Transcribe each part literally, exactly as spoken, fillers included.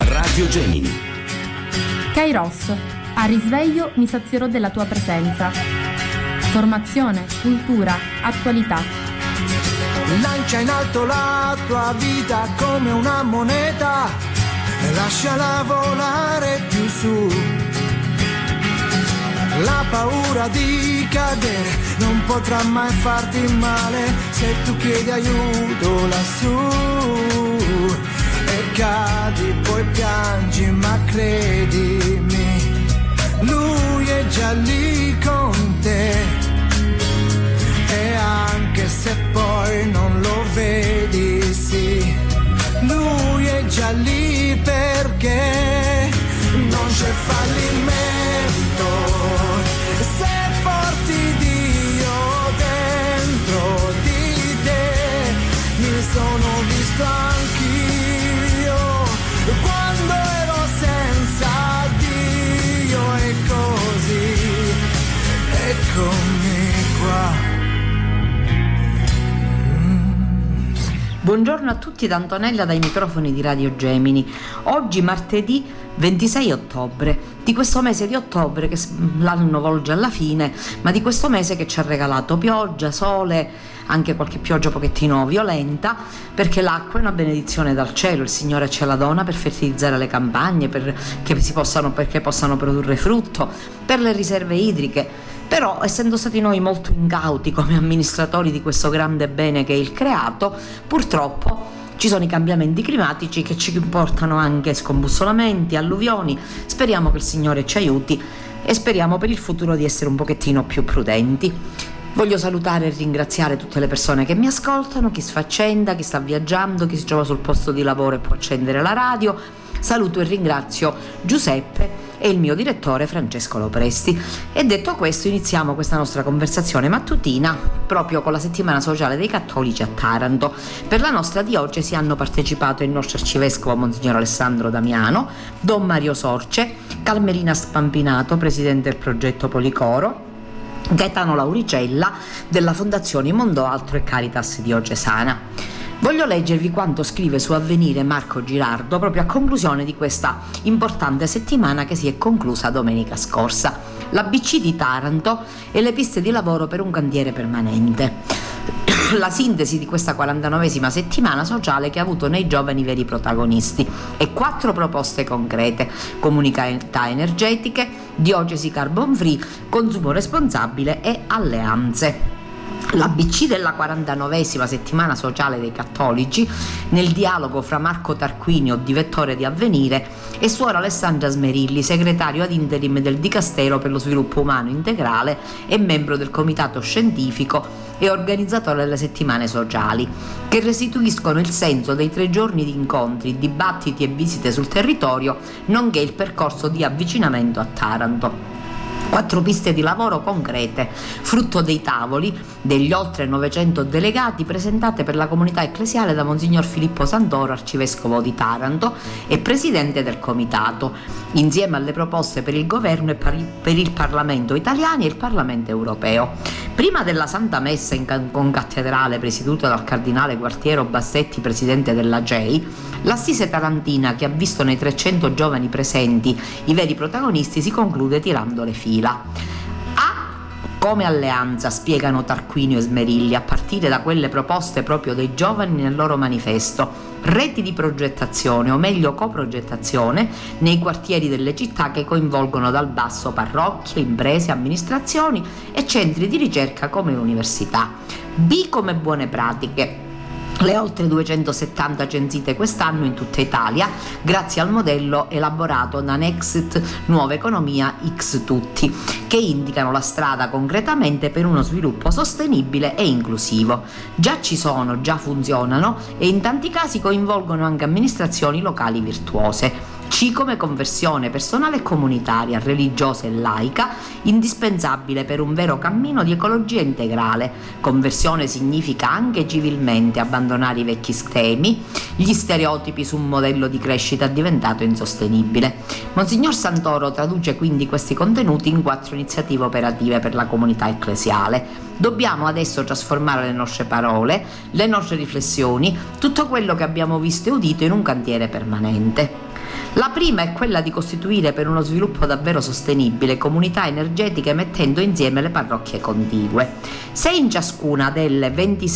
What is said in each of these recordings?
Radio Gemini. Kairos, a risveglio mi sazierò della tua presenza. Formazione, cultura, attualità. Lancia in alto la tua vita come una moneta e lasciala volare più su. La paura di cadere non potrà mai farti male se tu chiedi aiuto lassù. E cadi, poi piangi, ma credimi, lui è già lì con te. E anche se poi non lo vedi, sì, lui è già lì perché non c'è fallimento se porti Dio dentro di te. Mi sono visto anch'io quando ero senza Dio e così, eccomi qua. Buongiorno a tutti da Antonella dai microfoni di Radio Gemini. Oggi martedì ventisei ottobre, di questo mese di ottobre che l'anno volge alla fine, ma di questo mese che ci ha regalato pioggia, sole, anche qualche pioggia pochettino violenta, perché l'acqua è una benedizione dal cielo, il Signore ce la dona per fertilizzare le campagne, per che si possano, perché possano produrre frutto, per le riserve idriche. Però, essendo stati noi molto incauti come amministratori di questo grande bene che è il creato, purtroppo ci sono i cambiamenti climatici che ci portano anche scombussolamenti, alluvioni. Speriamo che il Signore ci aiuti e speriamo per il futuro di essere un pochettino più prudenti. Voglio salutare e ringraziare tutte le persone che mi ascoltano, chi sfaccenda, chi sta viaggiando, chi si trova sul posto di lavoro e può accendere la radio. Saluto e ringrazio Giuseppe e il mio direttore Francesco Lopresti. E detto questo, iniziamo questa nostra conversazione mattutina proprio con la settimana sociale dei cattolici a Taranto. Per la nostra diocesi hanno partecipato il nostro arcivescovo Monsignor Alessandro Damiano, Don Mario Sorce, Carmelina Spampinato, presidente del progetto Policoro, Gaetano Lauricella della Fondazione Mondo Altro e Caritas Diocesana. Voglio leggervi quanto scrive su Avvenire Marco Girardo proprio a conclusione di questa importante settimana che si è conclusa domenica scorsa. L'A B C di Taranto e le piste di lavoro per un cantiere permanente. La sintesi di questa quarantanovesima settimana sociale che ha avuto nei giovani veri protagonisti e quattro proposte concrete: comunità energetiche, diocesi carbon free, consumo responsabile e alleanze. L'A B C della quarantanovesima settimana sociale dei cattolici, nel dialogo fra Marco Tarquinio, direttore di Avvenire, e suora Alessandra Smerilli, segretario ad interim del Dicastero per lo Sviluppo Umano Integrale e membro del Comitato Scientifico e organizzatore delle settimane sociali, che restituiscono il senso dei tre giorni di incontri, dibattiti e visite sul territorio, nonché il percorso di avvicinamento a Taranto. Quattro piste di lavoro concrete, frutto dei tavoli degli oltre novecento delegati presentate per la comunità ecclesiale da Monsignor Filippo Santoro, arcivescovo di Taranto e presidente del comitato, insieme alle proposte per il governo e per il Parlamento italiano e il Parlamento europeo. Prima della Santa Messa in concattedrale presieduta dal cardinale Gualtiero Bassetti, presidente della G E I, l'assise tarantina, che ha visto nei trecento giovani presenti i veri protagonisti, si conclude tirando le fila. A come alleanza, spiegano Tarquinio e Smerilli, a partire da quelle proposte proprio dei giovani nel loro manifesto: reti di progettazione, o meglio coprogettazione, nei quartieri delle città che coinvolgono dal basso parrocchie, imprese, amministrazioni e centri di ricerca come l'università. B come buone pratiche, le oltre duecentosettanta censite quest'anno in tutta Italia, grazie al modello elaborato da Nexit Nuova Economia X Tutti, che indicano la strada concretamente per uno sviluppo sostenibile e inclusivo. Già ci sono, già funzionano e in tanti casi coinvolgono anche amministrazioni locali virtuose. C come conversione personale e comunitaria, religiosa e laica, indispensabile per un vero cammino di ecologia integrale. Conversione significa anche civilmente abbandonare i vecchi schemi, gli stereotipi su un modello di crescita diventato insostenibile. Monsignor Santoro traduce quindi questi contenuti in quattro iniziative operative per la comunità ecclesiale. Dobbiamo adesso trasformare le nostre parole, le nostre riflessioni, tutto quello che abbiamo visto e udito in un cantiere permanente. La prima è quella di costituire per uno sviluppo davvero sostenibile comunità energetiche mettendo insieme le parrocchie contigue. Se in ciascuna delle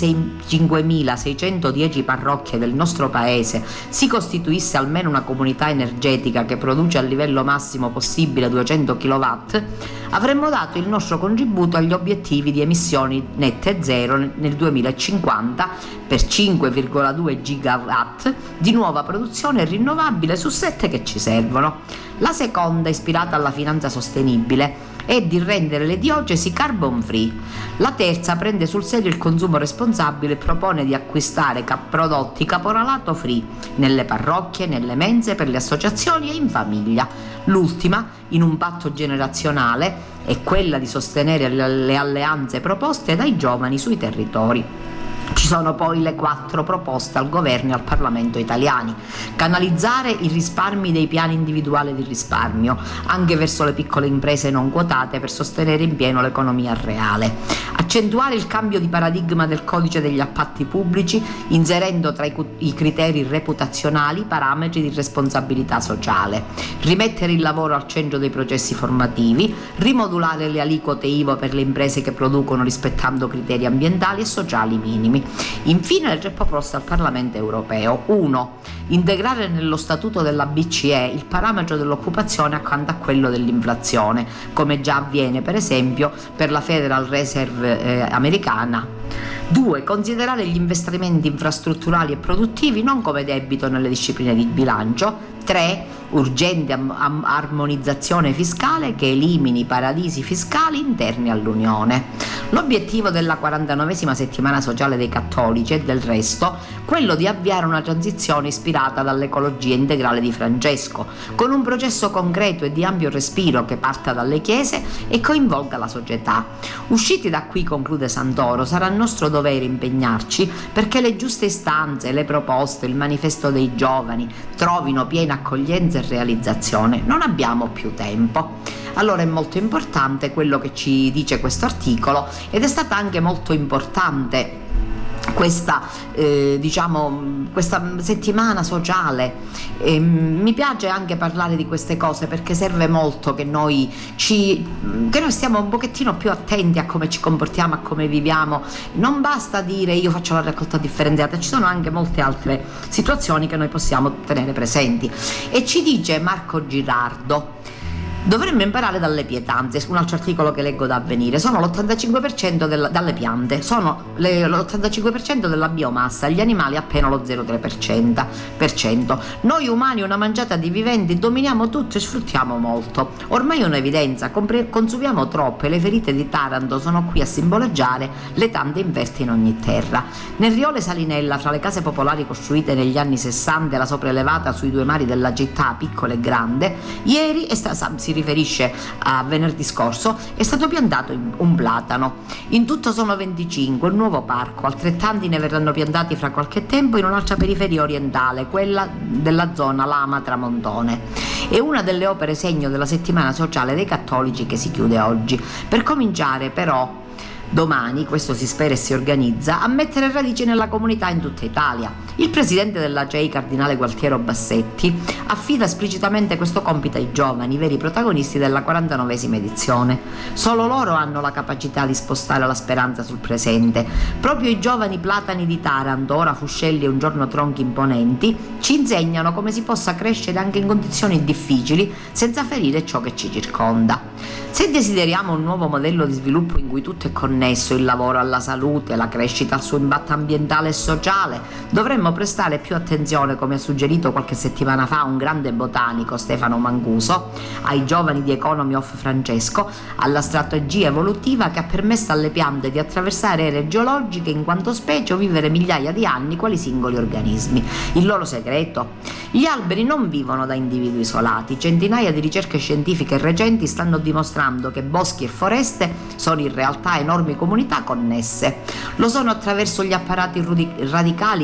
venticinquemilaseicentodieci parrocchie del nostro paese si costituisse almeno una comunità energetica che produce al livello massimo possibile duecento chilowatt, avremmo dato il nostro contributo agli obiettivi di emissioni nette zero nel duemilacinquanta per cinque virgola due gigawatt di nuova produzione rinnovabile su sette che ci servono. La seconda, ispirata alla finanza sostenibile, è di rendere le diocesi carbon free. La terza prende sul serio il consumo responsabile e propone di acquistare cap- prodotti caporalato free nelle parrocchie, nelle mense, per le associazioni e in famiglia. L'ultima, in un patto generazionale, è quella di sostenere le, le alleanze proposte dai giovani sui territori. Ci sono poi le quattro proposte al governo e al Parlamento italiani: canalizzare i risparmi dei piani individuali di risparmio anche verso le piccole imprese non quotate per sostenere in pieno l'economia reale, accentuare il cambio di paradigma del codice degli appalti pubblici inserendo tra i, i criteri reputazionali i parametri di responsabilità sociale, rimettere il lavoro al centro dei processi formativi, rimodulare le aliquote I V A per le imprese che producono rispettando criteri ambientali e sociali minimi. Infine le tre proposte al Parlamento europeo. uno. Integrare nello statuto della B C E il parametro dell'occupazione accanto a quello dell'inflazione, come già avviene per esempio per la Federal Reserve eh, americana. due. Considerare gli investimenti infrastrutturali e produttivi non come debito nelle discipline di bilancio. tre. Urgente am- am- armonizzazione fiscale che elimini i paradisi fiscali interni all'Unione. L'obiettivo della quarantanovesima settimana sociale dei cattolici è del resto quello di avviare una transizione ispirata dall'ecologia integrale di Francesco, con un processo concreto e di ampio respiro che parta dalle chiese e coinvolga la società. Usciti da qui, conclude Santoro, sarà nostro dovere impegnarci perché le giuste istanze, le proposte, il manifesto dei giovani trovino piena accoglienza e realizzazione. Non abbiamo più tempo. Allora è molto importante quello che ci dice questo articolo ed è stata anche molto importante questa eh, diciamo questa settimana sociale. E mi piace anche parlare di queste cose perché serve molto che noi ci che noi stiamo un pochettino più attenti a come ci comportiamo, a come viviamo. Non basta dire io faccio la raccolta differenziata, ci sono anche molte altre situazioni che noi possiamo tenere presenti. E ci dice Marco Girardo: dovremmo imparare dalle pietanze, un altro articolo che leggo da Avvenire. Sono l'ottantacinque per cento della, dalle piante, sono le, l'ottantacinque per cento della biomassa, gli animali appena lo zero virgola tre per cento. Noi umani una mangiata di viventi dominiamo tutto e sfruttiamo molto. Ormai è un'evidenza, compre, consumiamo troppo e le ferite di Taranto sono qui a simboleggiare le tante inferte in ogni terra. Nel rione Salinella, fra le case popolari costruite negli anni sessanta e la sopraelevata sui due mari della città, piccola e grande, ieri è stata si riferisce a venerdì scorso, è stato piantato un platano. In tutto sono venticinque, un nuovo parco, altrettanti ne verranno piantati fra qualche tempo in un'altra periferia orientale, quella della zona Lama Tramontone. È una delle opere segno della settimana sociale dei cattolici che si chiude oggi. Per cominciare però domani, questo si spera e si organizza, a mettere radici nella comunità in tutta Italia. Il presidente della G E I, cardinale Gualtiero Bassetti, affida esplicitamente questo compito ai giovani, i veri protagonisti della quarantanovesima edizione. Solo loro hanno la capacità di spostare la speranza sul presente. Proprio i giovani platani di Taranto, ora fuscelli e un giorno tronchi imponenti, ci insegnano come si possa crescere anche in condizioni difficili senza ferire ciò che ci circonda. Se desideriamo un nuovo modello di sviluppo in cui tutto è connesso, il lavoro alla salute, la crescita al suo impatto ambientale e sociale, dovremmo prestare più attenzione, come ha suggerito qualche settimana fa un grande botanico, Stefano Mancuso, ai giovani di Economy of Francesco, alla strategia evolutiva che ha permesso alle piante di attraversare ere geologiche in quanto specie o vivere migliaia di anni quali singoli organismi. Il loro segreto? Gli alberi non vivono da individui isolati. Centinaia di ricerche scientifiche recenti stanno dimostrando che boschi e foreste sono in realtà enormi comunità connesse. Lo sono attraverso gli apparati radicali che si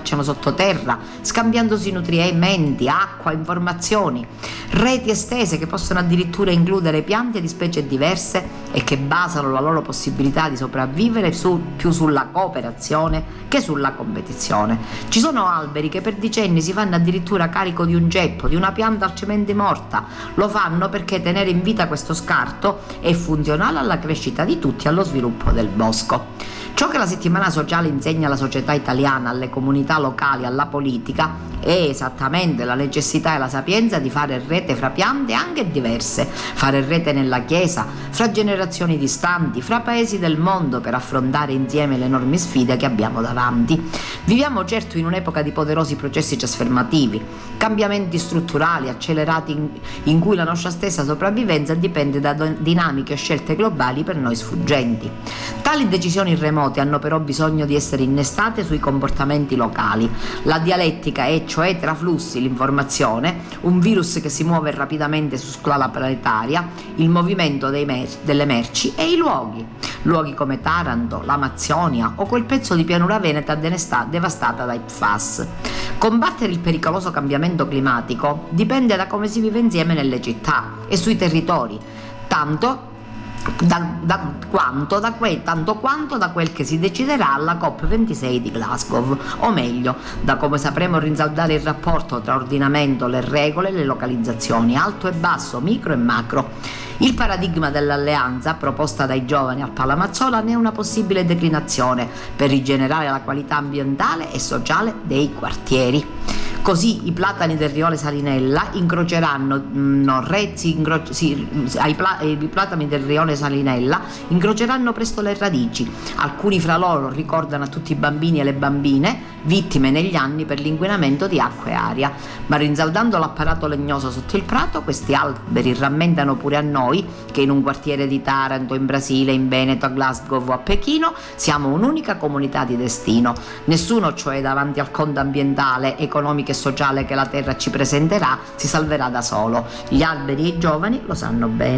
commerciano sottoterra, scambiandosi nutrimenti, acqua, informazioni. Reti estese che possono addirittura includere piante di specie diverse e che basano la loro possibilità di sopravvivere su, più sulla cooperazione che sulla competizione. Ci sono alberi che per decenni si fanno addirittura carico di un ceppo, di una pianta altrimenti morta. Lo fanno perché tenere in vita questo scarto è funzionale alla crescita di tutti e allo sviluppo del bosco. Ciò che la settimana sociale insegna alla società italiana, alle comunità locali, alla politica è esattamente la necessità e la sapienza di fare rete fra piante anche diverse, fare rete nella Chiesa, fra generazioni distanti, fra paesi del mondo per affrontare insieme le enormi sfide che abbiamo davanti. Viviamo certo in un'epoca di poderosi processi trasformativi, cambiamenti strutturali accelerati in, in cui la nostra stessa sopravvivenza dipende da do- dinamiche e scelte globali per noi sfuggenti. Tali decisioni remoti hanno però bisogno di essere innestate sui comportamenti locali. La dialettica è cioè tra flussi, l'informazione, un virus che si muove rapidamente su scala planetaria, il movimento dei mer- delle merci e i luoghi. Luoghi come Taranto, l'Amazzonia o quel pezzo di pianura veneta devastata dai P F A S. Combattere il pericoloso cambiamento climatico dipende da come si vive insieme nelle città e sui territori, tanto Da, da, quanto, da que, tanto quanto da quel che si deciderà alla COP ventisei di Glasgow, o meglio, da come sapremo rinsaldare il rapporto tra ordinamento, le regole e le localizzazioni, alto e basso, micro e macro. Il paradigma dell'alleanza proposta dai giovani al Palamazzola ne è una possibile declinazione per rigenerare la qualità ambientale e sociale dei quartieri. Così i platani del Rione Salinella incroceranno no, re, si incro, si, ai pla, i platani del Rione Salinella incroceranno presto le radici. Alcuni fra loro ricordano a tutti i bambini e le bambine vittime negli anni per l'inquinamento di acqua e aria, ma rinsaldando l'apparato legnoso sotto il prato, questi alberi rammentano pure a noi che in un quartiere di Taranto, in Brasile, in Veneto, a Glasgow o a Pechino siamo un'unica comunità di destino. Nessuno, cioè, davanti al conto ambientale, economico e sociale che la terra ci presenterà si salverà da solo. Gli alberi e i giovani lo sanno bene.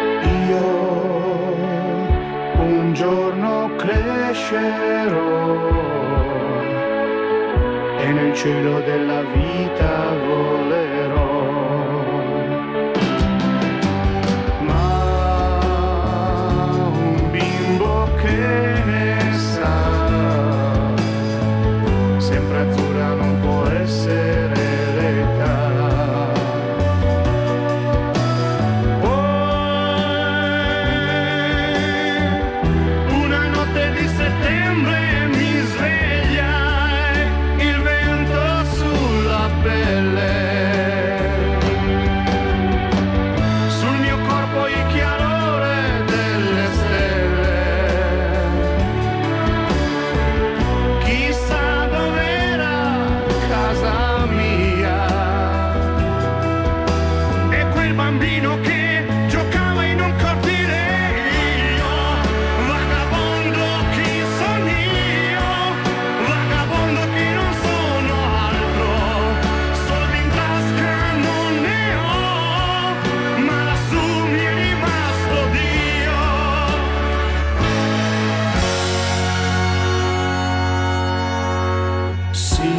Io un giorno crescerò e nel cielo della vita volerò, ma un bimbo che ne sa sempre azzurra non può essere l'età. Poi una notte di settembre mi sveglia il vento sulla pelle, sul mio corpo il chiarore delle stelle. Chissà dov'era casa mia e quel bambino che giocava in un cortile. Io, vagabondo chi sono io, vagabondo che non sono altro, soldi in tasca non ne ho, ma lassù mi è rimasto Dio. Sì,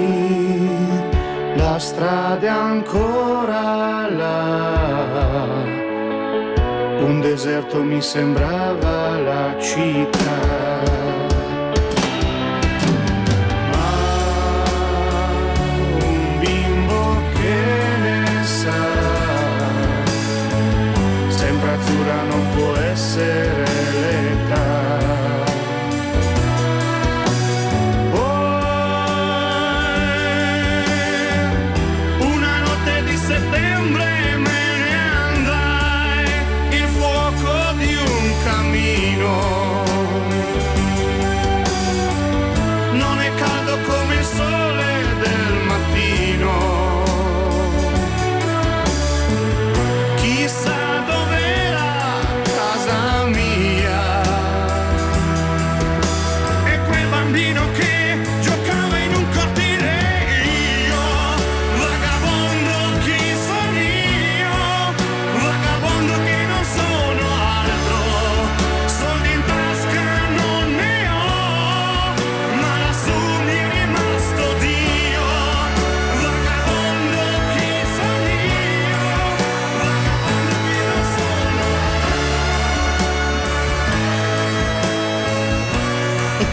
la strada è ancora là, un deserto mi sembrava la città. Ma un bimbo che ne sa, sempre azzurra non può essere l'età. Una notte di settembre me ne andai, il fuoco di un cammino non è caldo come il sole del mattino. Chissà dov'era casa mia e quel bambino che giocava in un cortile. Io, vagabondo chi sono io,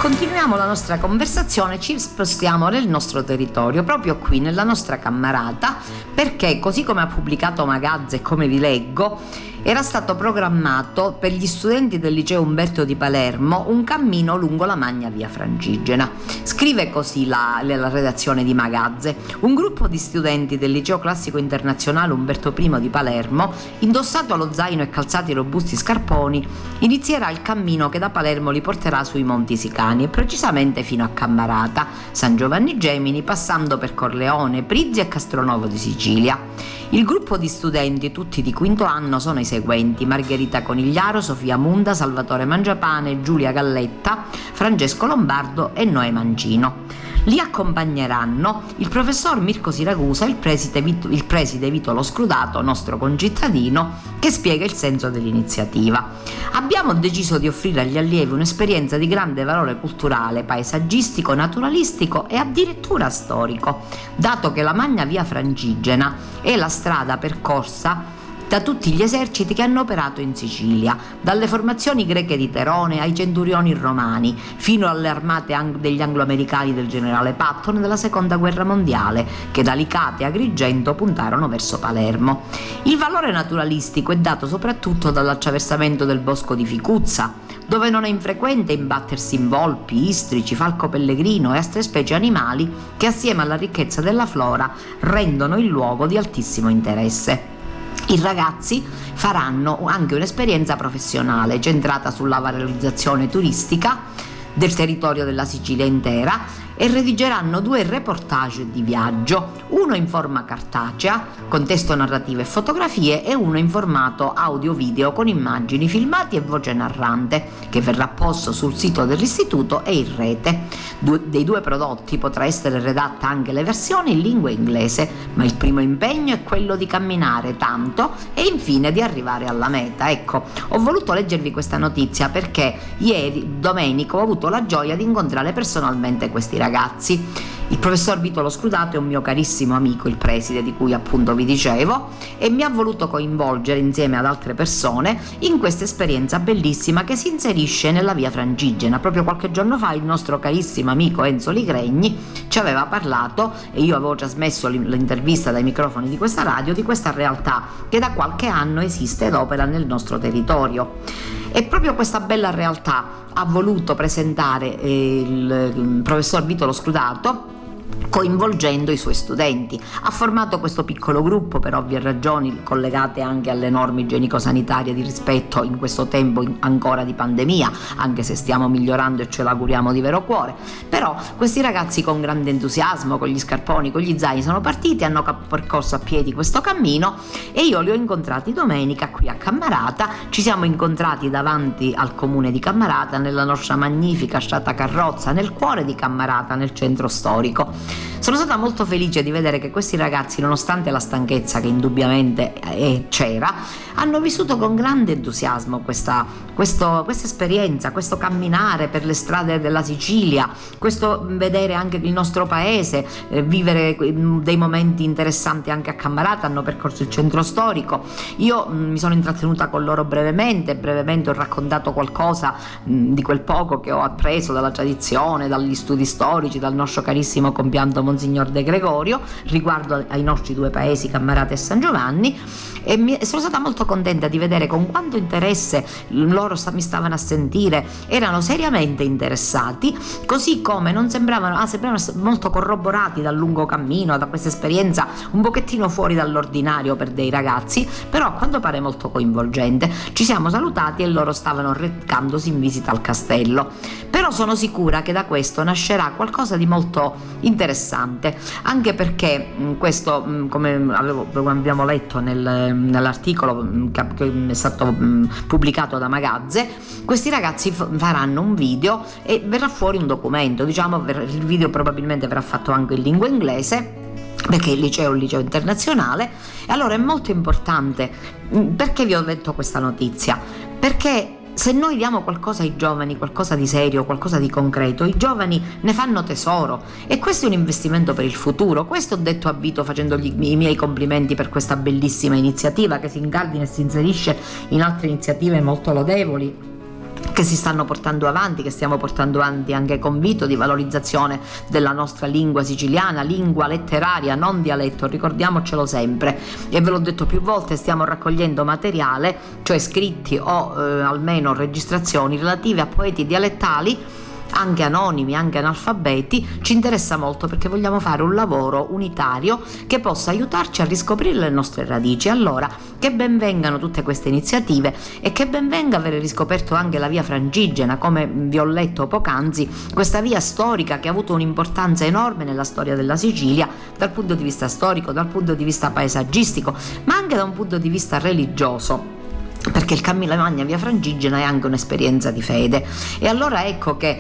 Continuiamo la nostra conversazione, ci spostiamo nel nostro territorio, proprio qui nella nostra Cammarata, perché così come ha pubblicato Magazze e come vi leggo, era stato programmato per gli studenti del liceo Umberto di Palermo un cammino lungo la Magna Via Francigena. Scrive così la, la redazione di Magazze: un gruppo di studenti del liceo classico internazionale Umberto I di Palermo, indossato allo zaino e calzati robusti scarponi, inizierà il cammino che da Palermo li porterà sui Monti Sicani e precisamente fino a Cammarata, San Giovanni Gemini, passando per Corleone, Prizzi e Castronovo di Sicilia. Il gruppo di studenti, tutti di quinto anno, sono i seguenti: Margherita Conigliaro, Sofia Munda, Salvatore Mangiapane, Giulia Galletta, Francesco Lombardo e Noè Mancino. Li accompagneranno il professor Mirko Siragusa e il preside Vito, il preside Vito Lo Scrutato, nostro concittadino, che spiega il senso dell'iniziativa. Abbiamo deciso di offrire agli allievi un'esperienza di grande valore culturale, paesaggistico, naturalistico e addirittura storico, dato che la Magna Via Francigena è la strada percorsa da tutti gli eserciti che hanno operato in Sicilia, dalle formazioni greche di Terone ai centurioni romani, fino alle armate degli anglo-americani del generale Patton della seconda guerra mondiale, che da Licate e Agrigento puntarono verso Palermo. Il valore naturalistico è dato soprattutto dall'attraversamento del bosco di Ficuzza, dove non è infrequente imbattersi in volpi, istrici, falco pellegrino e altre specie animali che, assieme alla ricchezza della flora, rendono il luogo di altissimo interesse. I ragazzi faranno anche un'esperienza professionale centrata sulla valorizzazione turistica del territorio della Sicilia intera e redigeranno due reportage di viaggio, uno in forma cartacea con testo narrativo e fotografie e uno in formato audio-video con immagini, filmati e voce narrante, che verrà posto sul sito dell'istituto e in rete. Due, dei due prodotti potrà essere redatta anche la versione in lingua inglese, ma il primo impegno è quello di camminare tanto e infine di arrivare alla meta. Ecco, ho voluto leggervi questa notizia perché ieri, domenica, ho avuto la gioia di incontrare personalmente questi ragazzi. Il professor Vito Lo Scrutato è un mio carissimo amico, il preside di cui appunto vi dicevo, e mi ha voluto coinvolgere insieme ad altre persone in questa esperienza bellissima che si inserisce nella Via Francigena. Proprio qualche giorno fa il nostro carissimo amico Enzo Ligregni ci aveva parlato, e io avevo trasmesso l'intervista dai microfoni di questa radio, di questa realtà che da qualche anno esiste ed opera nel nostro territorio. E proprio questa bella realtà ha voluto presentare eh, il, il professor Vito Lo Scrutato, coinvolgendo i suoi studenti. Ha formato questo piccolo gruppo per ovvie ragioni collegate anche alle norme igienico-sanitarie di rispetto in questo tempo ancora di pandemia, anche se stiamo migliorando e ce l'auguriamo di vero cuore. Però questi ragazzi con grande entusiasmo, con gli scarponi, con gli zaini, sono partiti, hanno percorso a piedi questo cammino e io li ho incontrati domenica qui a Cammarata. Ci siamo incontrati davanti al comune di Cammarata, nella nostra magnifica strada carrozza, nel cuore di Cammarata, nel centro storico. Sono stata molto felice di vedere che questi ragazzi, nonostante la stanchezza che indubbiamente eh, c'era, hanno vissuto con grande entusiasmo questa, questo, questa esperienza, questo camminare per le strade della Sicilia, questo vedere anche il nostro paese, eh, vivere dei momenti interessanti anche a Cammarata. Hanno percorso il centro storico. Io mh, mi sono intrattenuta con loro brevemente, brevemente ho raccontato qualcosa mh, di quel poco che ho appreso dalla tradizione, dagli studi storici, dal nostro carissimo compianto Monsignor De Gregorio riguardo ai nostri due paesi, Cammarata e San Giovanni, e mi, sono stata molto contenta di vedere con quanto interesse loro sta, mi stavano a sentire, erano seriamente interessati, così come non sembravano, ah, sembravano molto corroborati dal lungo cammino, da questa esperienza un pochettino fuori dall'ordinario per dei ragazzi, però a quanto pare molto coinvolgente. Ci siamo salutati e loro stavano recandosi in visita al castello, però sono sicura che da questo nascerà qualcosa di molto interessante, anche perché mh, questo mh, come, avevo, come abbiamo letto nel, nell'articolo mh, che è stato mh, pubblicato da Magazze, questi ragazzi f- faranno un video e verrà fuori un documento, diciamo ver- il video probabilmente verrà fatto anche in lingua inglese, perché il liceo è un liceo internazionale. E allora è molto importante. Perché vi ho detto questa notizia? Perché se noi diamo qualcosa ai giovani, qualcosa di serio, qualcosa di concreto, i giovani ne fanno tesoro, e questo è un investimento per il futuro. Questo ho detto a Vito facendogli i miei complimenti per questa bellissima iniziativa che si incardina e si inserisce in altre iniziative molto lodevoli, che si stanno portando avanti, che stiamo portando avanti anche con Vito, di valorizzazione della nostra lingua siciliana, lingua letteraria, non dialetto, ricordiamocelo sempre. E ve l'ho detto più volte, stiamo raccogliendo materiale, cioè scritti o eh, almeno registrazioni relative a poeti dialettali, anche anonimi, anche analfabeti. Ci interessa molto perché vogliamo fare un lavoro unitario che possa aiutarci a riscoprire le nostre radici. Allora, che ben vengano tutte queste iniziative e che ben venga aver riscoperto anche la via Francigena, come vi ho letto poc'anzi, questa via storica che ha avuto un'importanza enorme nella storia della Sicilia, dal punto di vista storico, dal punto di vista paesaggistico, ma anche da un punto di vista religioso, perché il Cammino Magna via Francigena è anche un'esperienza di fede. E allora ecco che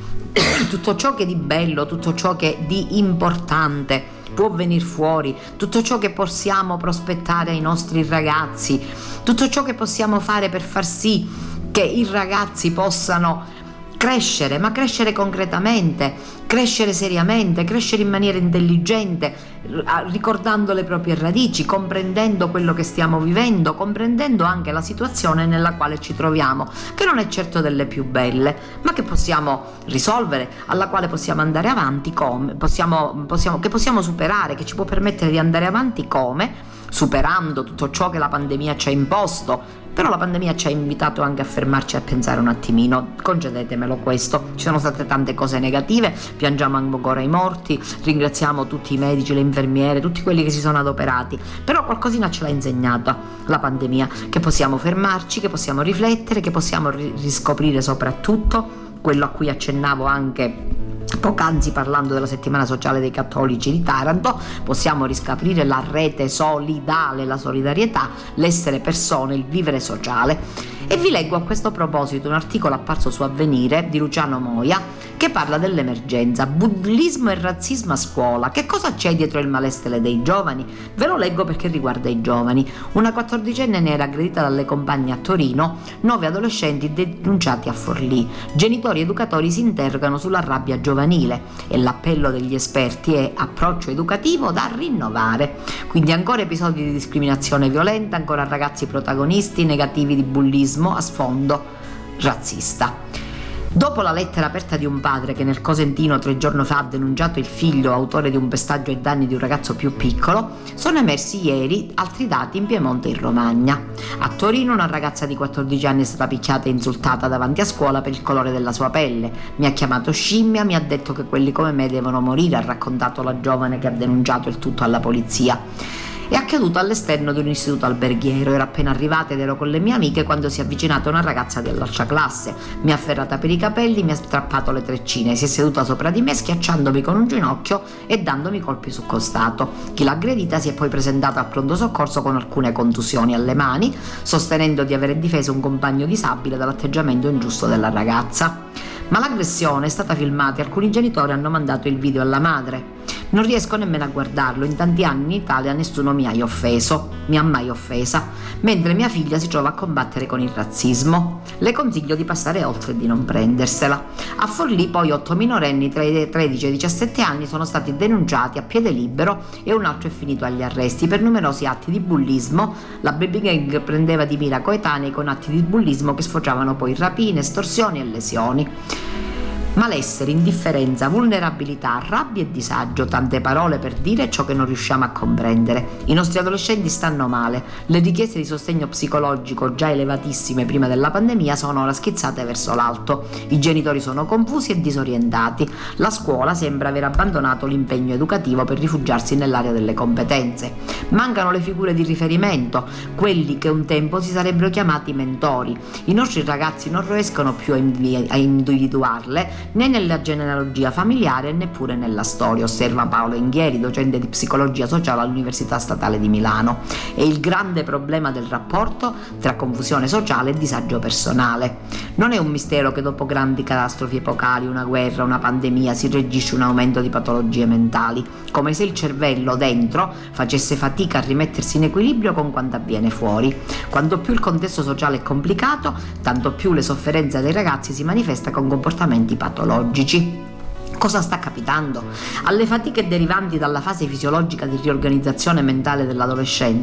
tutto ciò che di bello, tutto ciò che di importante può venire fuori, tutto ciò che possiamo prospettare ai nostri ragazzi, tutto ciò che possiamo fare per far sì che i ragazzi possano crescere, ma crescere concretamente, crescere seriamente, crescere in maniera intelligente, ricordando le proprie radici, comprendendo quello che stiamo vivendo, comprendendo anche la situazione nella quale ci troviamo, che non è certo delle più belle, ma che possiamo risolvere, alla quale possiamo andare avanti, come possiamo, possiamo, che possiamo superare, che ci può permettere di andare avanti come? Superando tutto ciò che la pandemia ci ha imposto. Però la pandemia ci ha invitato anche a fermarci a pensare un attimino, concedetemelo questo, ci sono state tante cose negative, piangiamo ancora i morti, ringraziamo tutti i medici, le infermiere, tutti quelli che si sono adoperati, però qualcosina ce l'ha insegnata la pandemia, che possiamo fermarci, che possiamo riflettere, che possiamo riscoprire soprattutto quello a cui accennavo anche poc'anzi parlando della settimana sociale dei cattolici di Taranto. Possiamo riscoprire la rete solidale, la solidarietà, l'essere persone, il vivere sociale. E vi leggo a questo proposito un articolo apparso su Avvenire di Luciano Moia che parla dell'emergenza bullismo e razzismo a scuola. Che cosa c'è dietro il malessere dei giovani? Ve lo leggo perché riguarda i giovani. Una quattordicenne ne era aggredita dalle compagne a Torino, nove adolescenti denunciati a Forlì. Genitori e educatori si interrogano sulla rabbia giovanile e l'appello degli esperti è approccio educativo da rinnovare. Quindi ancora episodi di discriminazione violenta, ancora ragazzi protagonisti negativi di bullismo a sfondo razzista. Dopo la lettera aperta di un padre che nel Cosentino tre giorni fa ha denunciato il figlio autore di un pestaggio ai danni di un ragazzo più piccolo, sono emersi ieri altri dati in Piemonte e in Romagna. A Torino una ragazza di quattordici anni è stata picchiata e insultata davanti a scuola per il colore della sua pelle. Mi ha chiamato scimmia, mi ha detto che quelli come me devono morire, ha raccontato la giovane che ha denunciato il tutto alla polizia. È accaduto all'esterno di un istituto alberghiero. Ero appena arrivata ed ero con le mie amiche quando si è avvicinata una ragazza dell'altra classe. Mi ha afferrata per i capelli, mi ha strappato le treccine, si è seduta sopra di me schiacciandomi con un ginocchio e dandomi colpi sul costato. Chi l'ha aggredita si è poi presentato al pronto soccorso con alcune contusioni alle mani, sostenendo di aver difeso un compagno disabile dall'atteggiamento ingiusto della ragazza. Ma l'aggressione è stata filmata e alcuni genitori hanno mandato il video alla madre. Non riesco nemmeno a guardarlo, in tanti anni in Italia nessuno mi ha offeso, mi ha mai offesa, mentre mia figlia si trova a combattere con il razzismo. Le consiglio di passare oltre e di non prendersela. A Forlì poi otto minorenni tra i tredici e i diciassette anni sono stati denunciati a piede libero e un altro è finito agli arresti per numerosi atti di bullismo. La baby gang prendeva di mira coetanei con atti di bullismo che sfociavano poi in rapine, estorsioni e lesioni. Malessere, indifferenza, vulnerabilità, rabbia e disagio, tante parole per dire ciò che non riusciamo a comprendere. I nostri adolescenti stanno male, le richieste di sostegno psicologico già elevatissime prima della pandemia sono ora schizzate verso l'alto, i genitori sono confusi e disorientati, la scuola sembra aver abbandonato l'impegno educativo per rifugiarsi nell'area delle competenze. Mancano le figure di riferimento, quelli che un tempo si sarebbero chiamati mentori. I nostri ragazzi non riescono più a individuarle né nella genealogia familiare e neppure nella storia, osserva Paolo Inghieri, docente di psicologia sociale all'Università Statale di Milano. È il grande problema del rapporto tra confusione sociale e disagio personale. Non è un mistero che dopo grandi catastrofi epocali, una guerra, una pandemia, si regisce un aumento di patologie mentali, come se il cervello dentro facesse fatica a rimettersi in equilibrio con quanto avviene fuori. Quanto più il contesto sociale è complicato, tanto più le sofferenze dei ragazzi si manifesta con comportamenti patologici. Cosa sta capitando? Alle fatiche derivanti dalla fase fisiologica di riorganizzazione mentale dell'adolescenza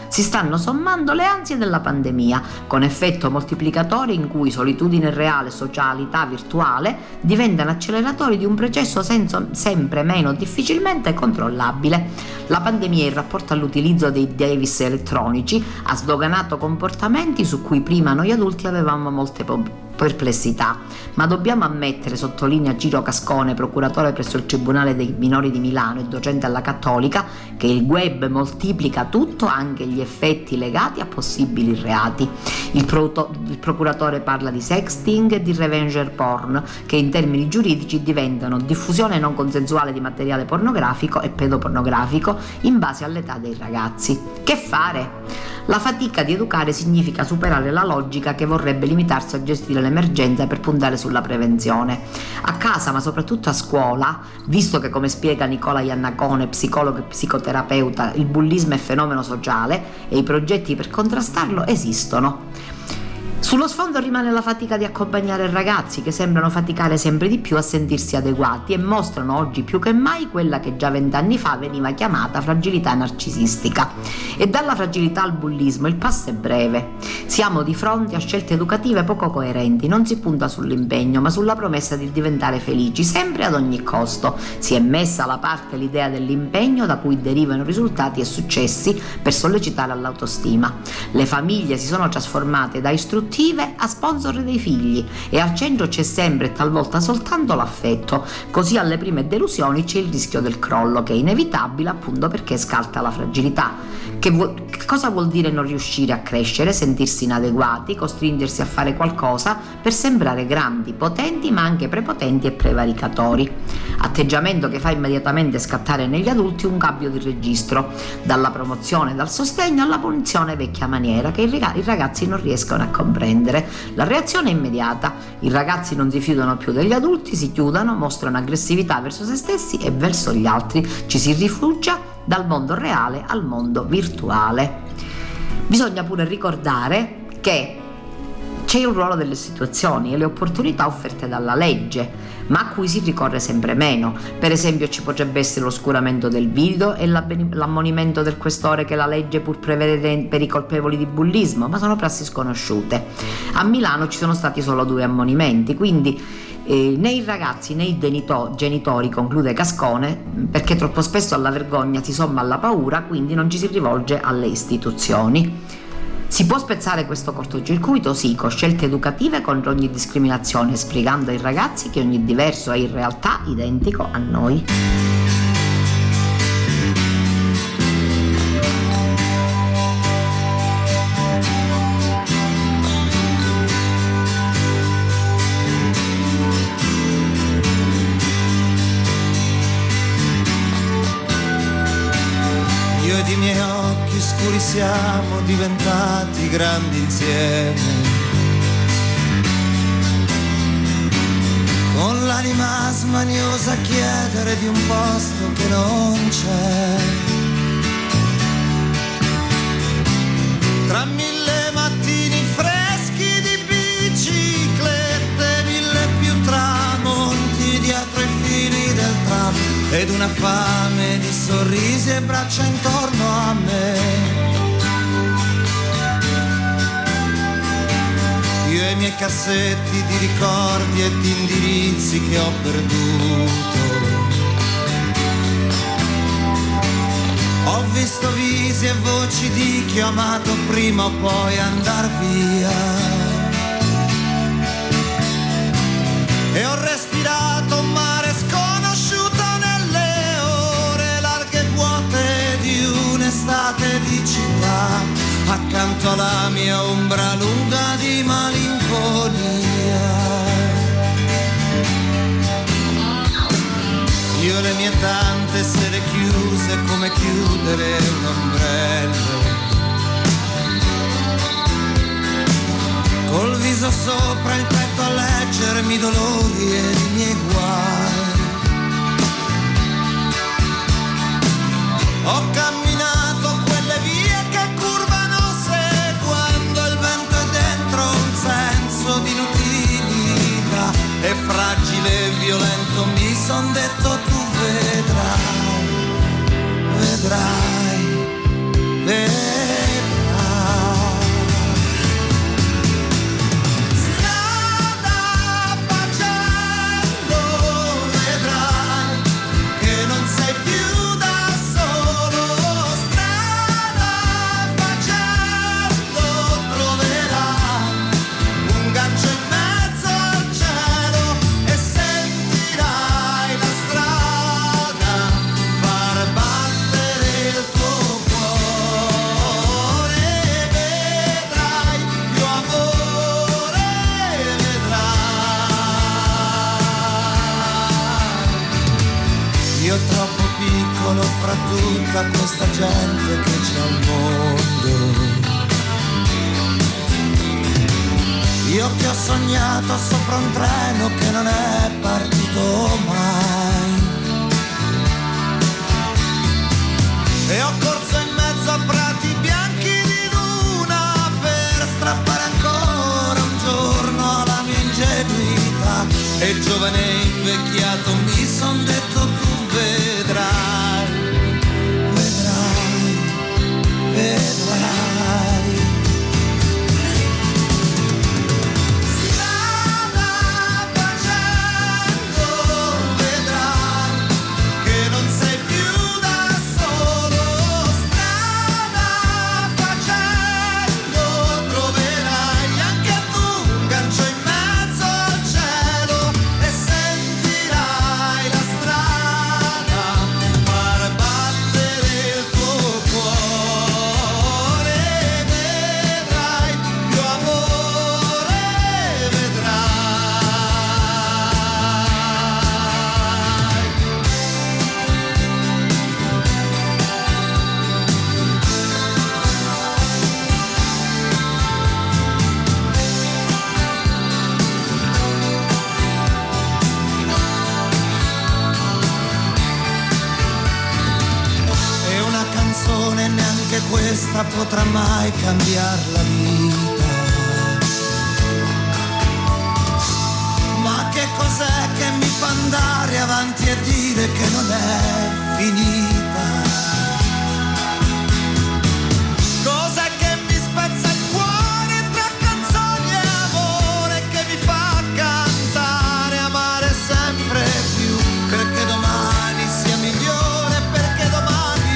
Si stanno sommando le ansie della pandemia, con effetto moltiplicatore in cui solitudine reale, socialità virtuale diventano acceleratori di un processo senso, sempre meno difficilmente controllabile. La pandemia in rapporto all'utilizzo dei device elettronici ha sdoganato comportamenti su cui prima noi adulti avevamo molte perplessità, ma dobbiamo ammettere, sottolinea Ciro Cascone, procuratore presso il Tribunale dei Minori di Milano e docente alla Cattolica, che il web moltiplica tutto, anche gli effetti legati a possibili reati. Il, pro- il procuratore parla di sexting e di revenge porn, che in termini giuridici diventano diffusione non consensuale di materiale pornografico e pedopornografico in base all'età dei ragazzi. Che fare? La fatica di educare significa superare la logica che vorrebbe limitarsi a gestire l'emergenza per puntare sulla prevenzione. A casa, ma soprattutto a scuola, visto che, come spiega Nicola Iannacone, psicologo e psicoterapeuta, il bullismo è fenomeno sociale e i progetti per contrastarlo esistono. Sullo sfondo rimane la fatica di accompagnare ragazzi che sembrano faticare sempre di più a sentirsi adeguati e mostrano oggi più che mai quella che già vent'anni fa veniva chiamata fragilità narcisistica. E dalla fragilità al bullismo il passo è breve. Siamo di fronte a scelte educative poco coerenti, non si punta sull'impegno ma sulla promessa di diventare felici, sempre ad ogni costo. Si è messa da parte l'idea dell'impegno da cui derivano risultati e successi per sollecitare all'autostima. Le famiglie si sono trasformate da istruttive a sponsor dei figli e al centro c'è sempre e talvolta soltanto l'affetto, così alle prime delusioni c'è il rischio del crollo, che è inevitabile appunto perché scatta la fragilità. Che, vuol, che cosa vuol dire non riuscire a crescere, sentirsi inadeguati, costringersi a fare qualcosa per sembrare grandi, potenti ma anche prepotenti e prevaricatori. Atteggiamento che fa immediatamente scattare negli adulti un cambio di registro, dalla promozione e dal sostegno alla punizione vecchia maniera che i ragazzi non riescono a comprendere. La reazione è immediata, i ragazzi non si fidano più degli adulti, si chiudono, mostrano aggressività verso se stessi e verso gli altri, ci si rifugia dal mondo reale al mondo virtuale. Bisogna pure ricordare che c'è un ruolo delle istituzioni e le opportunità offerte dalla legge, ma a cui si ricorre sempre meno. Per esempio ci potrebbe essere l'oscuramento del video e l'ammonimento del questore che la legge pur prevede per i colpevoli di bullismo, ma sono prassi sconosciute. A Milano ci sono stati solo due ammonimenti, quindi eh, né i ragazzi né i genito- genitori, conclude Cascone, perché troppo spesso alla vergogna si somma alla paura, quindi non ci si rivolge alle istituzioni. Si può spezzare questo cortocircuito? Sì, con scelte educative contro ogni discriminazione, spiegando ai ragazzi che ogni diverso è in realtà identico a noi. Io ed i miei occhi scuri siamo diventati grandi insieme, con l'anima smaniosa a chiedere di un posto che non c'è. Tra mille mattini freschi di biciclette, mille più tramonti dietro i fili del tram ed una fame di sorrisi e braccia intorno a me. Io e i miei cassetti di ricordi e di indirizzi che ho perduto. Ho visto visi e voci di chi ho amato prima o poi andar via. E ho respirato un mare sconosciuto nelle ore larghe e vuote di un'estate di città, accanto alla mia ombra lunga di malinconia. Io le mie tante sere chiuse come chiudere un ombrello, col viso sopra il petto a leggermi i dolori e i miei guai. Ho camminato quelle vie che curvano seguendo il vento e dentro un senso di inutilità, e fragile e violento mi son detto tu vedrai, vedrai. tutta questa gente che c'è al mondo. Io che ho sognato sopra un treno che non è partito mai, e ho corso in mezzo a prati bianchi di luna per strappare ancora un giorno alla mia ingenuità. E giovane invecchiato mi son detto tu vedrai, vedrai, vedrai. Questa potrà mai cambiare la vita. Ma che cos'è che mi fa andare avanti e dire che non è finita? Cos'è che mi spezza il cuore tra canzoni e amore, che mi fa cantare, amare sempre più, perché domani sia migliore, perché domani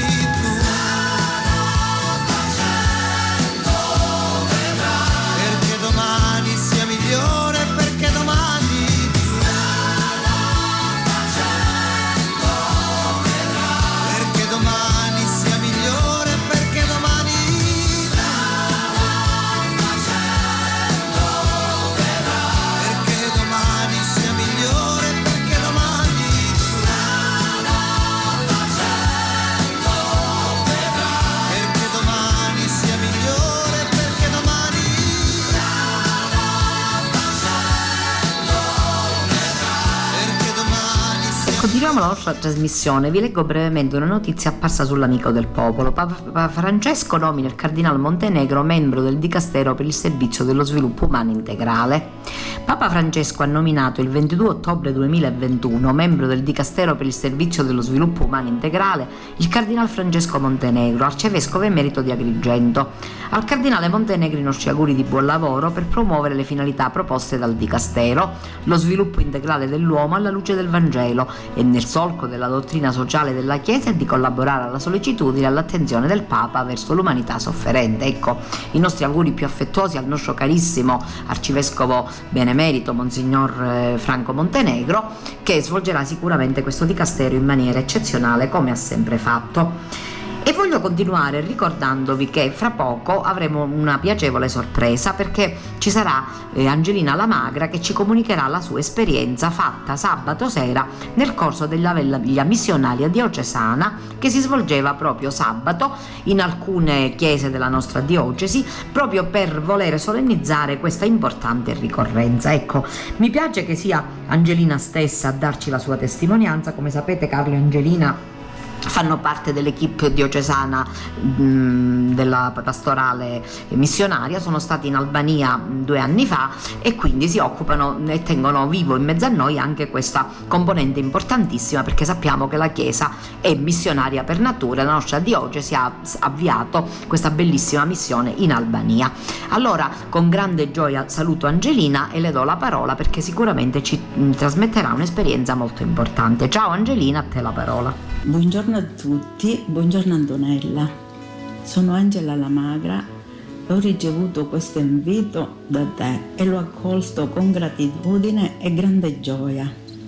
Continuiamo la nostra trasmissione. Vi leggo brevemente una notizia apparsa sull'Amico del Popolo. Papa Francesco nomina il Cardinale Montenegro membro del Dicastero per il Servizio dello Sviluppo Umano Integrale. Papa Francesco ha nominato il ventidue ottobre duemilaventuno membro del Dicastero per il Servizio dello Sviluppo Umano Integrale il Cardinale Francesco Montenegro, arcivescovo emerito di Agrigento. Al Cardinale Montenegro i nostri auguri di buon lavoro per promuovere le finalità proposte dal Dicastero, lo sviluppo integrale dell'uomo alla luce del Vangelo e nel solco della dottrina sociale della Chiesa e di collaborare alla sollecitudine e all'attenzione del Papa verso l'umanità sofferente. Ecco, i nostri auguri più affettuosi al nostro carissimo arcivescovo benemerito Monsignor Franco Montenegro, che svolgerà sicuramente questo dicastero in maniera eccezionale come ha sempre fatto. E voglio continuare ricordandovi che fra poco avremo una piacevole sorpresa, perché ci sarà eh, Angelina La Magra che ci comunicherà la sua esperienza fatta sabato sera nel corso della veglia missionaria diocesana che si svolgeva proprio sabato in alcune chiese della nostra diocesi, proprio per voler solennizzare questa importante ricorrenza. Ecco, mi piace che sia Angelina stessa a darci la sua testimonianza. Come sapete, Carlo e Angelina fanno parte dell'equipe diocesana mh, della pastorale missionaria, sono stati in Albania due anni fa e quindi si occupano e tengono vivo in mezzo a noi anche questa componente importantissima, perché sappiamo che la Chiesa è missionaria per natura. La nostra diocesi ha avviato questa bellissima missione in Albania. Allora, con grande gioia saluto Angelina e le do la parola, perché sicuramente ci mh, trasmetterà un'esperienza molto importante. Ciao Angelina, a te la parola. Buongiorno a tutti, buongiorno Antonella. Sono Angela La Magra e ho ricevuto questo invito da te e l'ho accolto con gratitudine e grande gioia.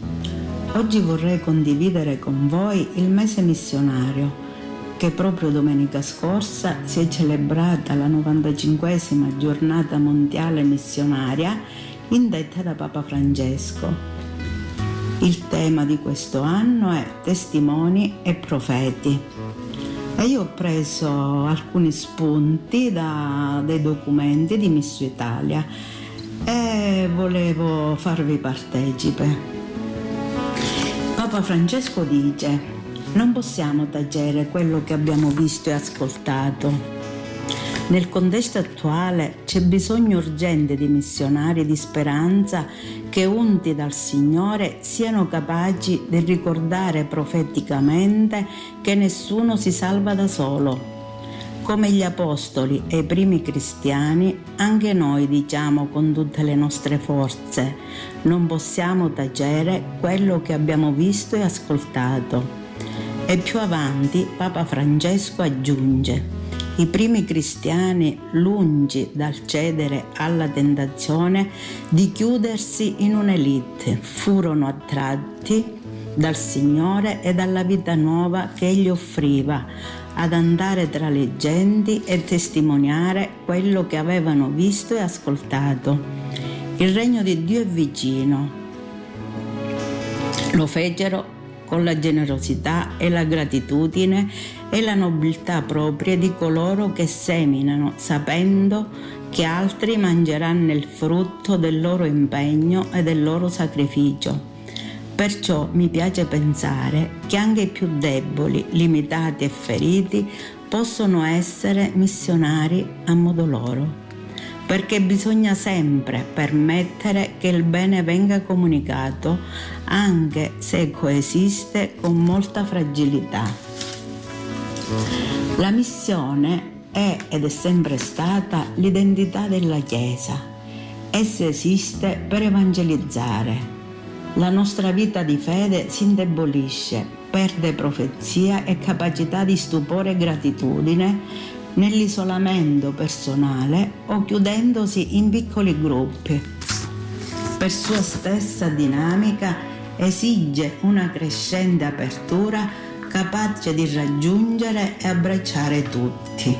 Oggi vorrei condividere con voi il mese missionario, che proprio domenica scorsa si è celebrata la novantacinquesima giornata mondiale missionaria indetta da Papa Francesco. Il tema di questo anno è testimoni e profeti. E io ho preso alcuni spunti da dei documenti di Miss Italia e volevo farvi partecipe. Papa Francesco dice: non possiamo tacere quello che abbiamo visto e ascoltato. Nel contesto attuale c'è bisogno urgente di missionari di speranza che, unti dal Signore, siano capaci di ricordare profeticamente che nessuno si salva da solo. Come gli apostoli e i primi cristiani, anche noi diciamo con tutte le nostre forze: non possiamo tacere quello che abbiamo visto e ascoltato. E più avanti Papa Francesco aggiunge: i primi cristiani, lungi dal cedere alla tentazione di chiudersi in un'elite, furono attratti dal Signore e dalla vita nuova che Egli offriva, ad andare tra le genti e testimoniare quello che avevano visto e ascoltato. Il regno di Dio è vicino. Lo fecero con la generosità e la gratitudine e la nobiltà proprie di coloro che seminano, sapendo che altri mangeranno il frutto del loro impegno e del loro sacrificio. Perciò mi piace pensare che anche i più deboli, limitati e feriti possono essere missionari a modo loro, perché bisogna sempre permettere che il bene venga comunicato, anche se coesiste con molta fragilità. La missione è ed è sempre stata l'identità della Chiesa. Essa esiste per evangelizzare. La nostra vita di fede si indebolisce, perde profezia e capacità di stupore e gratitudine nell'isolamento personale o chiudendosi in piccoli gruppi. Per sua stessa dinamica esige una crescente apertura capace di raggiungere e abbracciare tutti.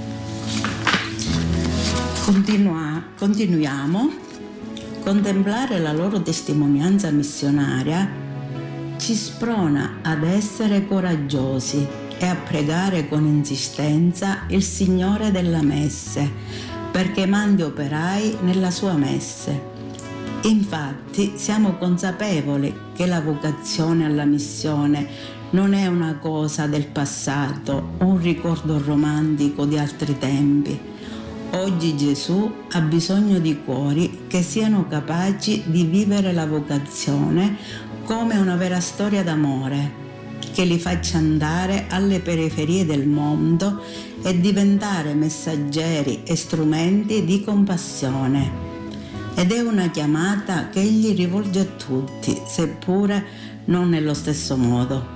Continua, continuiamo. Contemplare la loro testimonianza missionaria ci sprona ad essere coraggiosi e a pregare con insistenza il Signore della Messe perché mandi operai nella sua messe. Infatti siamo consapevoli che la vocazione alla missione non è una cosa del passato, un ricordo romantico di altri tempi. Oggi Gesù ha bisogno di cuori che siano capaci di vivere la vocazione come una vera storia d'amore, che li faccia andare alle periferie del mondo e diventare messaggeri e strumenti di compassione. Ed è una chiamata che Egli rivolge a tutti, seppure non nello stesso modo.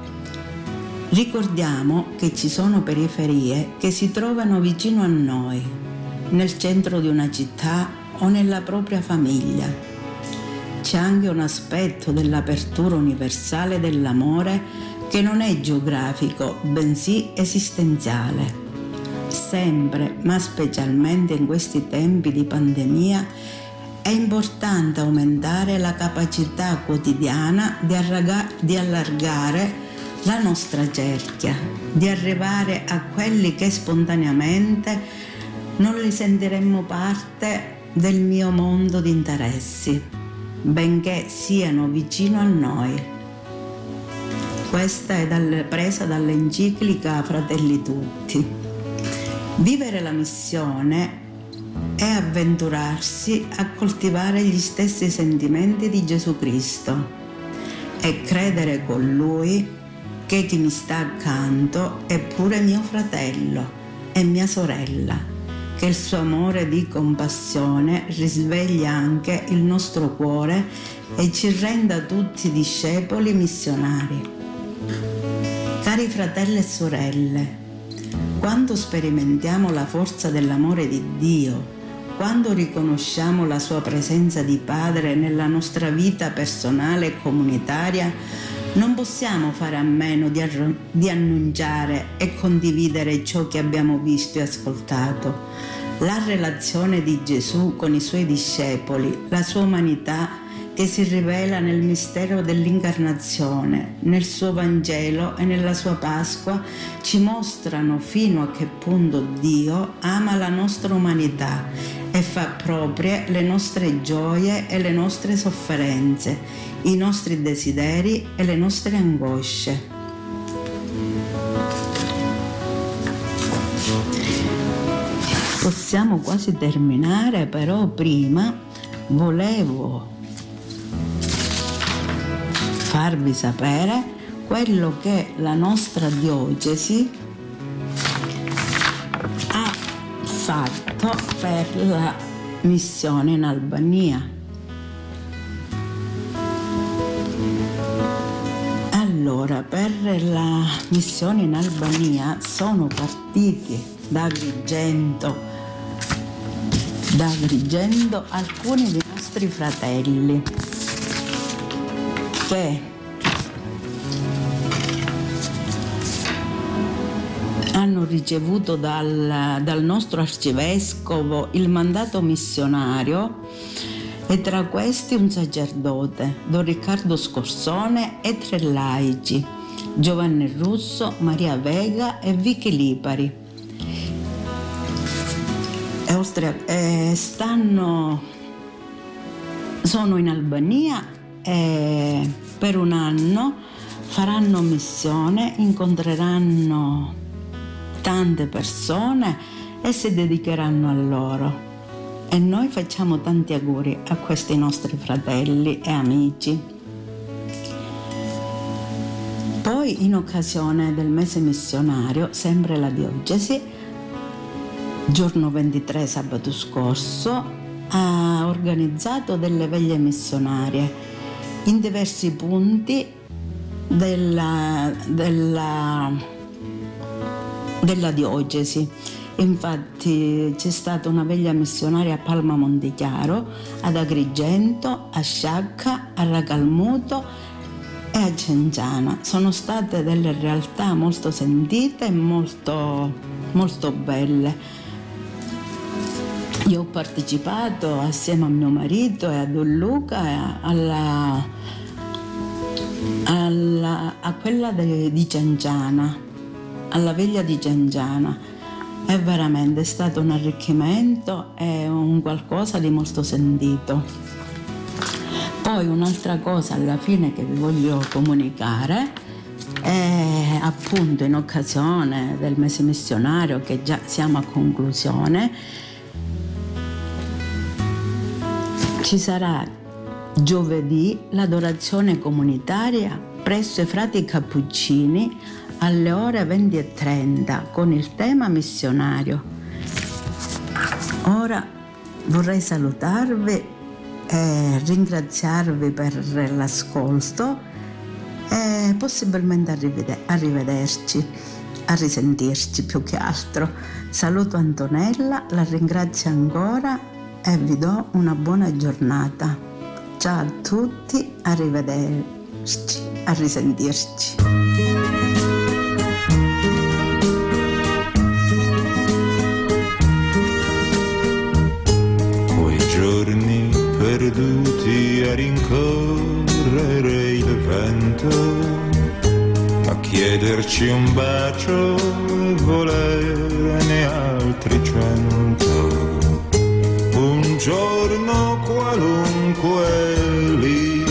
Ricordiamo che ci sono periferie che si trovano vicino a noi, nel centro di una città o nella propria famiglia. C'è anche un aspetto dell'apertura universale dell'amore che non è geografico, bensì esistenziale. Sempre, ma specialmente in questi tempi di pandemia, è importante aumentare la capacità quotidiana di, arraga- di allargare la nostra cerchia, di arrivare a quelli che spontaneamente non li sentiremmo parte del mio mondo di interessi, benché siano vicino a noi. Questa è dal, presa dall'enciclica Fratelli Tutti. Vivere la missione è avventurarsi a coltivare gli stessi sentimenti di Gesù Cristo e credere con Lui che chi mi sta accanto è pure mio fratello e mia sorella, che il suo amore di compassione risveglia anche il nostro cuore e ci renda tutti discepoli missionari. Cari fratelli e sorelle, quando sperimentiamo la forza dell'amore di Dio, quando riconosciamo la sua presenza di Padre nella nostra vita personale e comunitaria, non possiamo fare a meno di, arro- di annunciare e condividere ciò che abbiamo visto e ascoltato. La relazione di Gesù con i suoi discepoli, la sua umanità che si rivela nel mistero dell'incarnazione, nel suo Vangelo e nella sua Pasqua, ci mostrano fino a che punto Dio ama la nostra umanità e fa proprie le nostre gioie e le nostre sofferenze, i nostri desideri e le nostre angosce. Possiamo quasi terminare, però prima volevo farvi sapere quello che la nostra diocesi ha fatto per la missione in Albania. Allora, per la missione in Albania sono partiti da Agrigento, da Agrigento alcuni dei nostri fratelli che hanno ricevuto dal, dal nostro arcivescovo il mandato missionario, e tra questi un sacerdote, Don Riccardo Scorsone, e tre laici, Giovanni Russo, Maria Vega e Vicky Lipari. E oltre, eh, stanno, sono in Albania e per un anno faranno missione, incontreranno tante persone e si dedicheranno a loro. E noi facciamo tanti auguri a questi nostri fratelli e amici. Poi, in occasione del mese missionario, sempre la diocesi, giorno ventitré, sabato scorso, ha organizzato delle veglie missionarie in diversi punti della, della, della diocesi. Infatti c'è stata una veglia missionaria a Palma Montechiaro, ad Agrigento, a Sciacca, a Racalmuto e a Cenciana. Sono state delle realtà molto sentite e molto, molto belle. Io ho partecipato assieme a mio marito e a Don Luca alla, alla, a quella de, di Cenciana, alla veglia di Cenciana. È veramente stato un arricchimento e un qualcosa di molto sentito. Poi un'altra cosa alla fine che vi voglio comunicare è appunto in occasione del mese missionario, che già siamo a conclusione, ci sarà giovedì l'adorazione comunitaria presso i frati cappuccini alle ore venti e trenta con il tema missionario. Ora vorrei salutarvi e ringraziarvi per l'ascolto e possibilmente a rivederci, a risentirci più che altro. Saluto Antonella, la ringrazio ancora e vi do una buona giornata. Ciao a tutti, arrivederci, a risentirci. Quei giorni perduti a rincorrere il vento, a chiederci un bacio e volerne altri cento. Un giorno qualunque li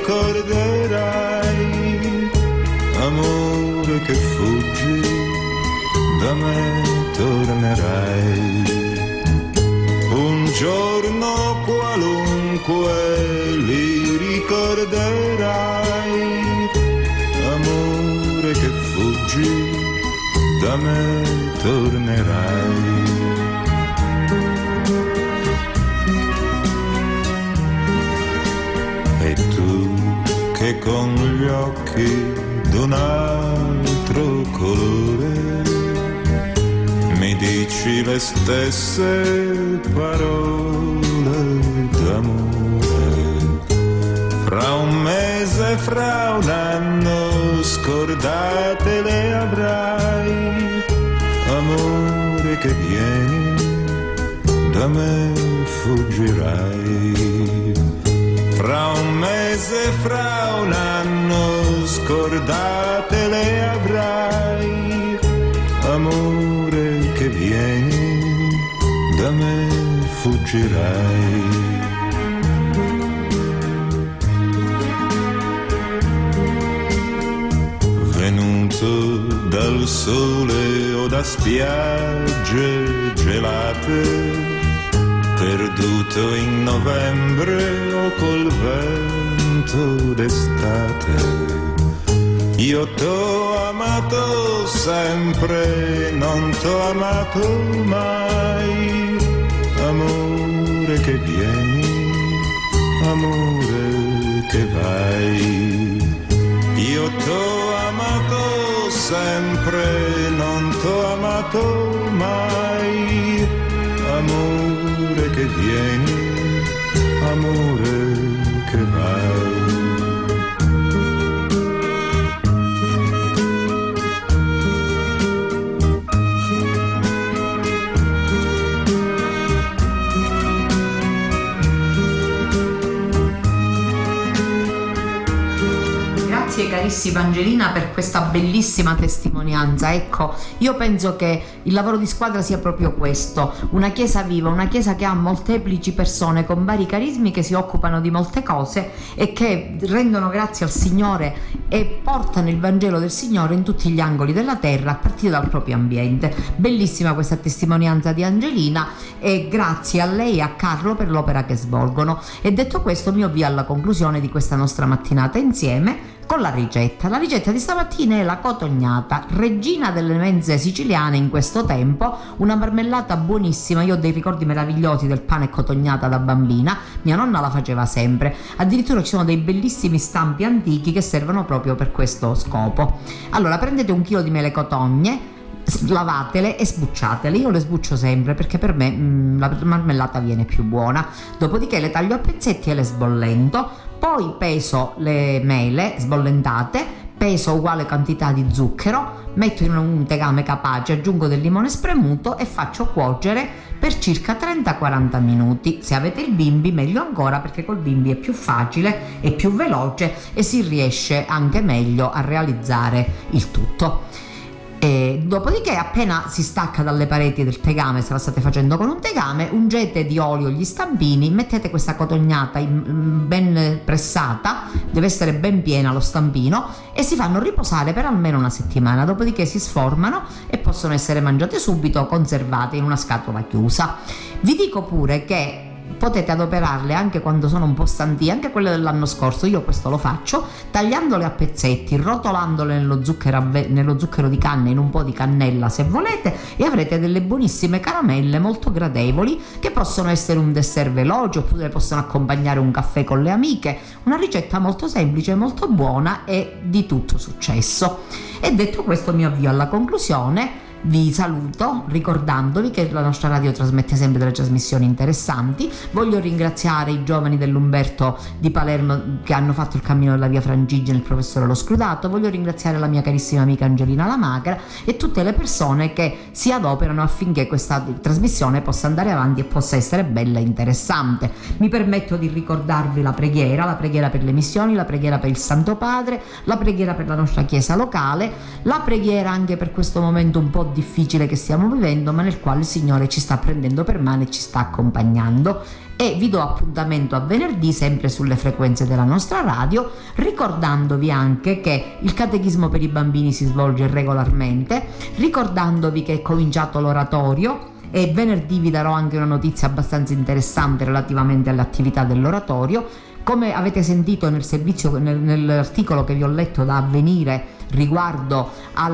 ricorderai, amore che fuggi, da me tornerai. Un giorno qualunque li ricorderai, amore che fuggi, da me tornerai. E tu che con gli occhi d'un altro colore mi dici le stesse parole d'amore, fra un mese, fra un anno scordate le avrai, amore che vieni, da me fuggirai. Fra un se fra un anno scordate le avrai, amore che vieni, da me fuggirai. Venuto dal sole o da spiagge gelate, perduto in novembre o col vento d'estate, io t'ho amato sempre, non t'ho amato mai, amore che vieni, amore che vai. Io t'ho amato sempre, non t'ho amato mai, amore che vieni, amore che vai. Grazie carissima Angelina per questa bellissima testimonianza. Ecco, io penso che il lavoro di squadra sia proprio questo, una chiesa viva, una chiesa che ha molteplici persone con vari carismi che si occupano di molte cose e che rendono grazie al Signore e portano il Vangelo del Signore in tutti gli angoli della terra a partire dal proprio ambiente. Bellissima questa testimonianza di Angelina e grazie a lei e a Carlo per l'opera che svolgono. E detto questo mi avvio alla conclusione di questa nostra mattinata insieme con la ricetta. La ricetta di stamattina è la cotognata, regina delle mense siciliane in questo tempo, una marmellata buonissima. Io ho dei ricordi meravigliosi del pane e cotognata da bambina, mia nonna la faceva sempre, addirittura ci sono dei bellissimi stampi antichi che servono proprio per questo scopo. Allora prendete un chilo di mele cotogne, lavatele e sbucciatele. Io le sbuccio sempre perché per me mh, la marmellata viene più buona. Dopodiché le taglio a pezzetti e le sbollento. Poi peso le mele sbollentate, peso uguale quantità di zucchero, metto in un tegame capace, aggiungo del limone spremuto e faccio cuocere per circa trenta quaranta minuti. Se avete il bimbi meglio ancora, perché col bimbi è più facile, è più veloce e si riesce anche meglio a realizzare il tutto. E dopodiché, appena si stacca dalle pareti del tegame, se la state facendo con un tegame, ungete di olio gli stampini, mettete questa cotognata in, ben pressata, deve essere ben piena lo stampino, e si fanno riposare per almeno una settimana. Dopodiché si sformano e possono essere mangiate subito o conservate in una scatola chiusa. Vi dico pure che potete adoperarle anche quando sono un po' stanti, anche quelle dell'anno scorso. Io questo lo faccio tagliandole a pezzetti, rotolandole nello zucchero, nello zucchero di canna, in un po' di cannella se volete, e avrete delle buonissime caramelle molto gradevoli che possono essere un dessert veloce oppure possono accompagnare un caffè con le amiche. Una ricetta molto semplice, molto buona e di tutto successo. E detto questo mi avvio alla conclusione. Vi saluto ricordandovi che la nostra radio trasmette sempre delle trasmissioni interessanti. Voglio ringraziare i giovani dell'Umberto di Palermo che hanno fatto il cammino della via Francigena, il professore Lo Scrutato. Voglio ringraziare la mia carissima amica Angelina La Magra e tutte le persone che si adoperano affinché questa trasmissione possa andare avanti e possa essere bella e interessante. Mi permetto di ricordarvi la preghiera, la preghiera per le missioni, la preghiera per il Santo Padre, la preghiera per la nostra chiesa locale, la preghiera anche per questo momento un po' difficile che stiamo vivendo, ma nel quale il Signore ci sta prendendo per mano e ci sta accompagnando. E vi do appuntamento a venerdì sempre sulle frequenze della nostra radio, ricordandovi anche che il catechismo per i bambini si svolge regolarmente, ricordandovi che è cominciato l'oratorio e venerdì vi darò anche una notizia abbastanza interessante relativamente alle attività dell'oratorio. Come avete sentito nel servizio, nel, nell'articolo che vi ho letto da Avvenire riguardo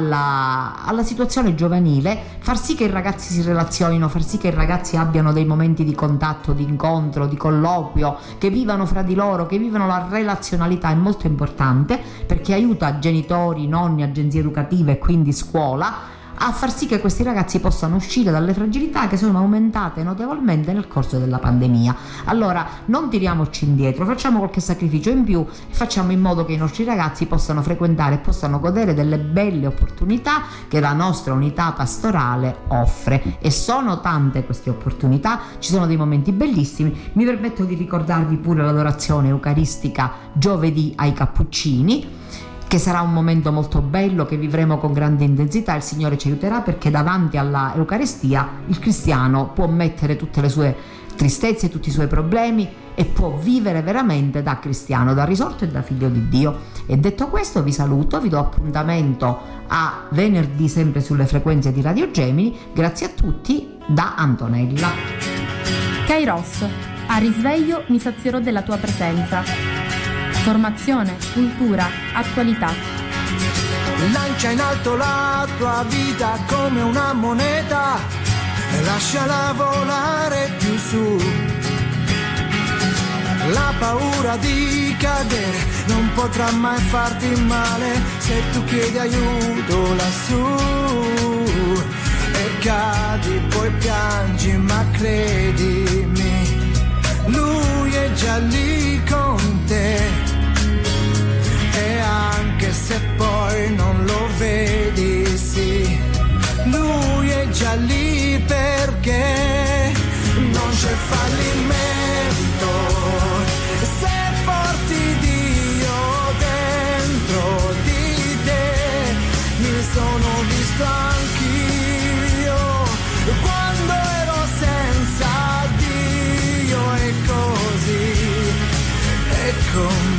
alla, alla situazione giovanile, far sì che i ragazzi si relazionino, far sì che i ragazzi abbiano dei momenti di contatto, di incontro, di colloquio, che vivano fra di loro, che vivano la relazionalità è molto importante, perché aiuta genitori, nonni, agenzie educative e quindi scuola a far sì che questi ragazzi possano uscire dalle fragilità che sono aumentate notevolmente nel corso della pandemia. Allora non tiriamoci indietro, facciamo qualche sacrificio in più e facciamo in modo che i nostri ragazzi possano frequentare e possano godere delle belle opportunità che la nostra unità pastorale offre, e sono tante queste opportunità, ci sono dei momenti bellissimi. Mi permetto di ricordarvi pure l'adorazione eucaristica giovedì ai Cappuccini, che sarà un momento molto bello che vivremo con grande intensità. Il Signore ci aiuterà, perché davanti alla Eucaristia il cristiano può mettere tutte le sue tristezze, tutti i suoi problemi, e può vivere veramente da cristiano, da risorto e da figlio di Dio. E detto questo vi saluto, vi do appuntamento a venerdì sempre sulle frequenze di Radio Gemini. Grazie a tutti da Antonella. Kairos, a risveglio mi sazierò della tua presenza. Formazione, cultura, attualità. Lancia in alto la tua vita come una moneta e lasciala volare più su. La paura di cadere non potrà mai farti male se tu chiedi aiuto lassù. E cadi, poi piangi, ma credimi, lui è già lì con te. E anche se poi non lo vedi, sì, lui è già lì, perché non c'è fallimento se porti Dio dentro di te. Mi sono visto anch'io quando ero senza Dio, e così, e come